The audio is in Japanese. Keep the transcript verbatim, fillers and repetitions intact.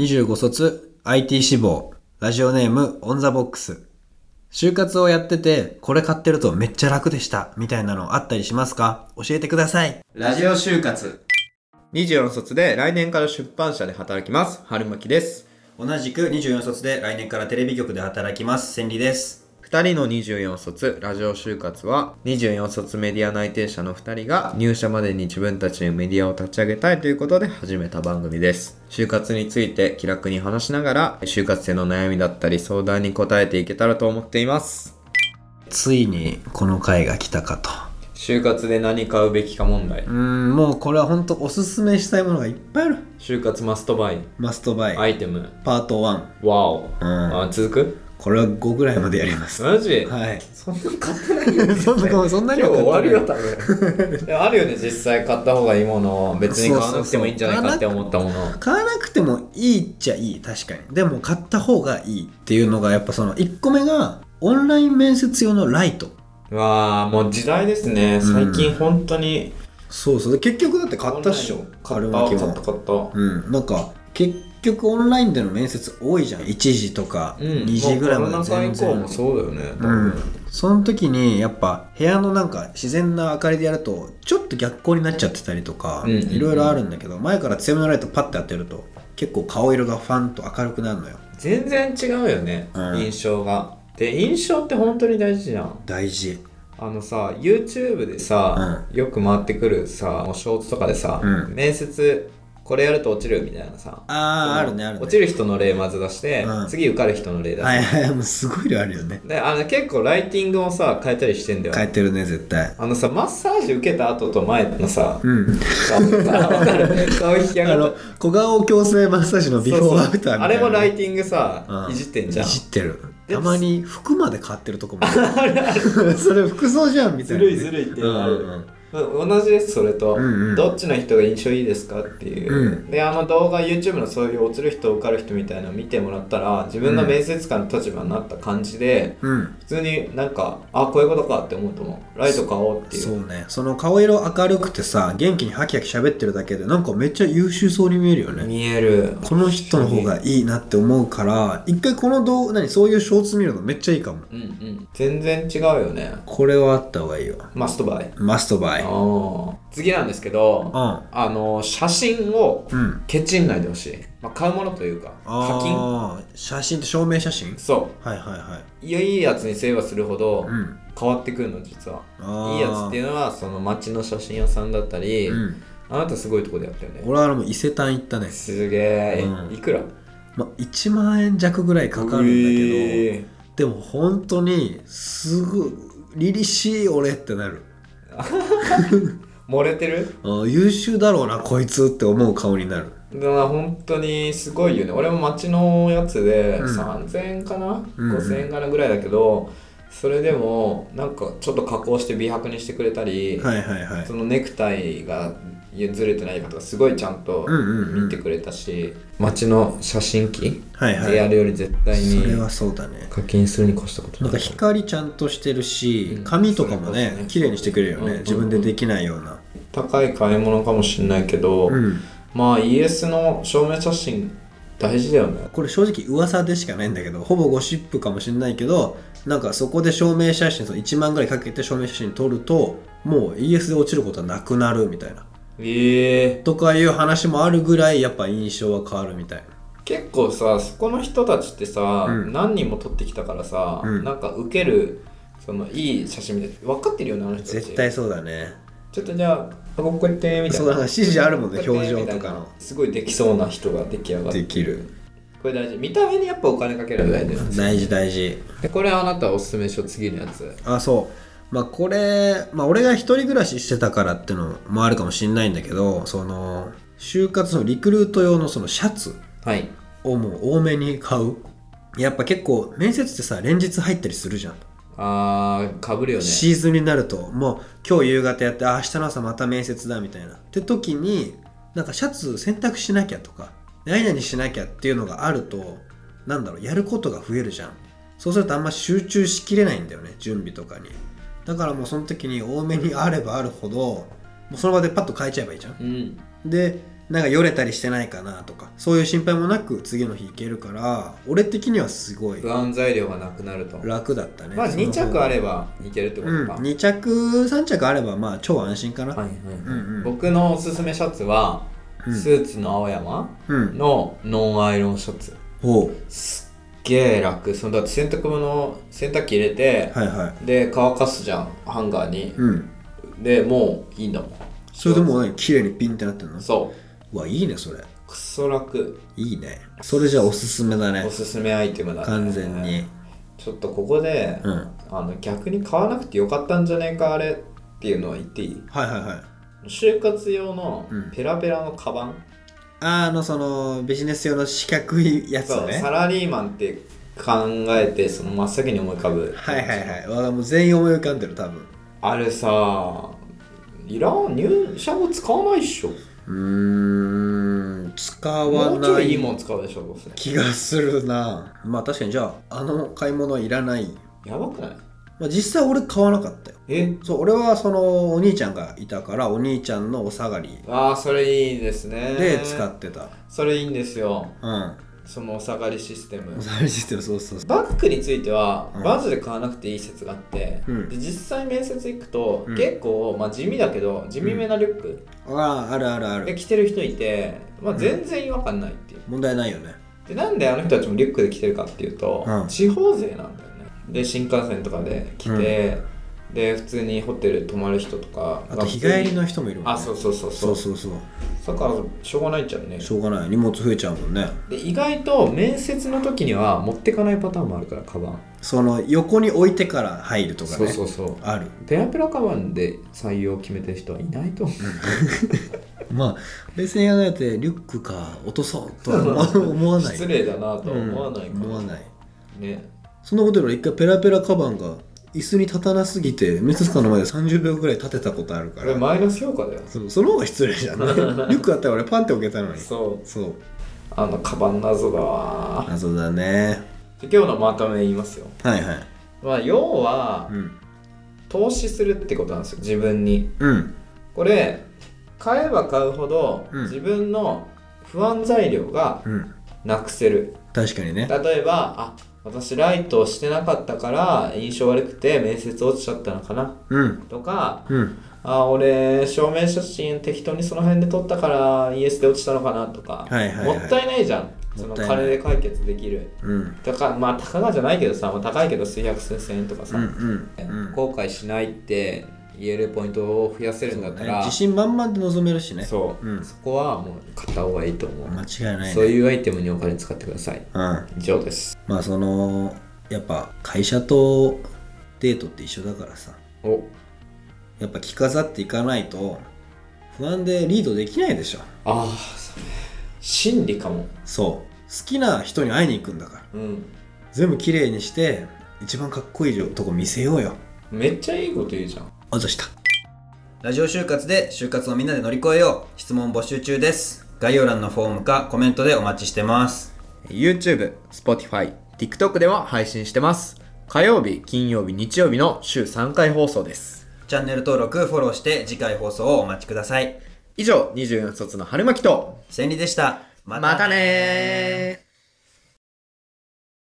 にじゅうご卒 アイティー 志望、ラジオネームオンザボックス。就活をやっててこれ買ってるとめっちゃ楽でしたみたいなのあったりしますか？教えてください。ラジオ就活。 にじゅうよん卒で来年から出版社で働きます。春巻です。 同じくにじゅうよん卒で来年からテレビ局で働きます。千里です。 ふたりのにじゅうよん卒ラジオ就活はにじゅうよん卒メディア内定者のふたりが入社までに自分たちのメディアを立ち上げたいということで始めた番組です。就活について気楽に話しながら就活生の悩みだったり相談に答えていけたらと思っています。 ついにこの回が来たかと。 就活で何買うべきか問題。 うーんもうこれは本当おすすめしたいものがいっぱいある。 就活マストバイマストバイアイテムパートワン。 ワオ、 うん、 あ続く。 これはごぐらいまでやります。 マジ？ はい。 そんな買ってないよね。 そんなそんなに今日終わるよ買多分。でもあるよね、実際買った方がいいもの、別に買わなくてもいいんじゃないかって思ったもの。 買わなくてもいいっちゃいい、確かに。でも買った方がいいっていうのがやっぱそのいっこめがオンライン面接用のライト。 うわーもう時代ですね。最近本当に、うん、 そうそう。で結局だって買ったっしょ。 買った買った買った。 うんなんか結局オンラインでの面接多いじゃん。いちじとかにじぐらいまで全然、 うん、もうコロナ禍以降もそうだよね。 うん。その時にやっぱ部屋のなんか自然な明かりでやるとちょっと逆光になっちゃってたりとかいろいろあるんだけど、前から強めのライトパッて当てると結構顔色がファンと明るくなるのよ。 全然違うよね、うん、印象が。で印象って本当に大事じゃん。 大事。 あのさ YouTube でさ、うん、よく回ってくるさショーツとかでさ、うん、面接これやると落ちるみたいなさ、 あーあるねあるね。 落ちる人の例まず出して、うん、次受かる人の例出して、 はいはいもうすごい量あるよね。 であの結構ライティングもさ変えたりしてんだよ。 変えてるね絶対。 あのさマッサージ受けた後と前のさ、 うん、 顔顔引き上がった小顔矯正マッサージのビフォーアフターみたいな、ね、 あれもライティングさ、うん、いじってんじゃん。 いじってる。たまに服まで買ってるとこもあるそれ服装じゃんみたいな、ね、 ずるいずるいっていうのある、うんうん、同じですそれと、うんうん、どっちの人が印象いいですかっていう、うん、であの動画 YouTube のそういう落ちる人受かる人みたいなの見てもらったら自分が面接官の立場になった感じで、うん、普通になんかあこういうことかって思うと思う。ライト買おうっていう。 そうね。その顔色明るくてさ元気にハキハキ喋ってるだけでなんかめっちゃ優秀そうに見えるよね。 見える。 この人の方がいいなって思うから一回この動画何そういうショーツ見るのめっちゃいいかも。 うんうん全然違うよね。 これはあった方がいいよ。 マストバイマストバイ。 次なんですけど、うん、あの写真をケチんないでほしい、まあ、買うものというか課金。 写真って証明写真。 そうはいはいはい。 いいやつにすればするほど変わってくるの実は。いいやつっていうのはその街の写真屋さんだったり、うん、あなたすごいとこでやったよね。 俺はもう伊勢丹行ったね。 すげえ、うん、いくら、 まあ、いちまんえん弱ぐらいかかるんだけど、でも本当にすぐ凛々しい俺ってなる漏れてる。 あ優秀だろうなこいつって思う顔になる。 だから本当にすごいよね。俺も街のやつでさんぜんえんかな、うん、ごせんえんかなぐらいだけど、それでもなんかちょっと加工して美白にしてくれたり、 はいはいはい、 そのネクタイがずれてないかとかすごいちゃんと見てくれたし、うんうんうん、街の写真機でやるより絶対にそれはそうだね。 課金するに越したことない。 なんか光ちゃんとしてるし、髪とかもね、うん、綺麗にしてくれるよね、うんうんうん、自分でできないような。 高い買い物かもしれないけど、うん、まあ イーエス の証明写真大事だよね。 これ正直噂でしかないんだけど、ほぼゴシップかもしれないけど、なんかそこで証明写真いちまんぐらいかけて証明写真撮るともう イーエス で落ちることはなくなるみたいな、 えー、 とかいう話もあるぐらいやっぱ印象は変わるみたい。 結構さそこの人たちってさ、うん、何人も撮ってきたからさ、うん、なんか受けるそのいい写真みたいな分かってるよねあの人たち。 絶対そうだね。 ちょっとじゃあここやってみたいな。 そうなんか指示あるもんね表情とかの。 すごいできそうな人が出来上がってできる。 これ大事。見た目にやっぱお金かけるの大事なんですよ。 大事大事。 でこれあなたおすすめしよう次のやつ。 あそうまあこれまあ俺が一人暮らししてたからってのもあるかもしんないんだけど、その就活のリクルート用のそのシャツをもう多めに買う。やっぱ結構面接ってさ連日入ったりするじゃん。 あーかぶるよね。 シーズンになるともう今日夕方やってあ明日の朝また面接だみたいなって時になんかシャツ選択しなきゃとか何々しなきゃっていうのがあるとなんだろうやることが増えるじゃん。そうするとあんま集中しきれないんだよね準備とかに。だからもうその時に多めにあればあるほどもうその場でパッと変えちゃえばいいじゃん、うん、でなんかよれたりしてないかなとか、そういう心配もなく次の日行けるから、俺的にはすごい不安材料がなくなると楽だったね。 まあに着あればいけるってことか、 うん、に着さん着あればまあ超安心かな。 はいはいはい、 うんうん、 僕のおすすめシャツは、うん、スーツの青山のノンアイロンシャツ、 うん、 すっげえ楽。そのだって洗濯物洗濯機入れて、 はいはい、 で乾かすじゃんハンガーに、うん、でもういいんだもん。 それでもうね綺麗にピンってなってるの。 そううわいいねそれ。 クソ楽。 いいね。それじゃおすすめだね。 おすすめアイテムだね。 完全に。 ちょっとここで、うん、あの逆に買わなくてよかったんじゃねえかあれっていうのは言っていい？ はいはいはい。 就活用のペラペラのカバン、うん、 あ, あのそのビジネス用の四角いやつね。 そうサラリーマンって考えてその真っ先に思い浮かぶ。 はいはいはい。もう全員思い浮かんでる多分。 あれさいらん入社後使わないっしょ。 うーん使わない。 もうちょいいいもん使うでしょどうせ。 気がするな。まあ確かにじゃああの買い物はいらない。 やばくない？ まあ、実際俺買わなかったよ。 え？ そう俺はそのお兄ちゃんがいたからお兄ちゃんのお下がり。 ああそれいいですね。 で使ってた。 それいいんですよ。 うん。 そのお下がりシステム。 お下がりシステムそうそうそう。 バッグについては、 うん、 マジで買わなくていい説があって、うん、で実際面接行くと、うん、結構、まあ、地味だけど地味めなリュック、 うん、あああるあるあるで着てる人いて、まあ、全然違和感ないっていう、 うん、問題ないよね。 でなんであの人たちもリュックで着てるかっていうと、うん、地方勢なんだよね。で新幹線とかで来て、うん、で普通にホテル泊まる人とかあと日帰りの人もいるもんね。 あそうそうそうそうそうそうそうだからしょうがないっちゃうね。 しょうがない。荷物増えちゃうもんね。 で意外と面接の時には持ってかないパターンもあるからカバンその横に置いてから入るとかね。 そうそうそうある。ペラペラカバンで採用を決めてる人はいないと思うまあ冷静に考えてリュックか落とそうとは思わない。 失礼だなとは思わないか、うん、 思わないね。 そんなことより一回ペラペラカバンが椅子に立たなすぎて面接官の前でさんじゅうびょうぐらい立てたことあるから。 マイナス評価だよ。 そう、その方が失礼じゃんねリュックあったら俺パンって置けたのに。 そうそうあのカバン謎だわ。 謎だね。 で今日のまとめ言いますよ。 はいはい。 まあ要は、うん、投資するってことなんですよ自分に、 うん、 これ買えば買うほど、うん、自分の不安材料がなくせる、 うん、確かにね。 例えばあ私ライトをしてなかったから印象悪くて面接落ちちゃったのかな、 うん、 とか、 うん、 あ俺証明写真適当にその辺で撮ったからイエスで落ちたのかなとか、 はいはいはい、 もったいないじゃん。その金で解決できる、 うん、 だからまあ高がじゃないけどさ、まあ、高いけど数百数千円とかさ、 うんうんうん、 後悔しないって言えるポイントを増やせるんだったら、 ね、自信満々で臨めるしね。 そう、うん、そこはもう買った方がいいと思う。 間違いないね。 そういうアイテムにお金使ってください、 うん、 以上です。 まあそのやっぱ会社とデートって一緒だからさ、 おやっぱ着飾っていかないと不安でリードできないでしょ。 ああそれ心理かも。 そう好きな人に会いに行くんだから、うん、全部綺麗にして一番かっこいいとこ見せようよ。 めっちゃいいこと言うじゃん。 あざした。ラジオ就活で就活をみんなで乗り越えよう。質問募集中です。概要欄のフォームかコメントでお待ちしてます。 YouTube、Spotify、TikTok でも配信してます。火曜日、金曜日、日曜日の週さんかい放送です。 チャンネル登録、フォローして次回放送をお待ちください。 以上、にじゅうよん卒の春巻と千里でした。 またねー。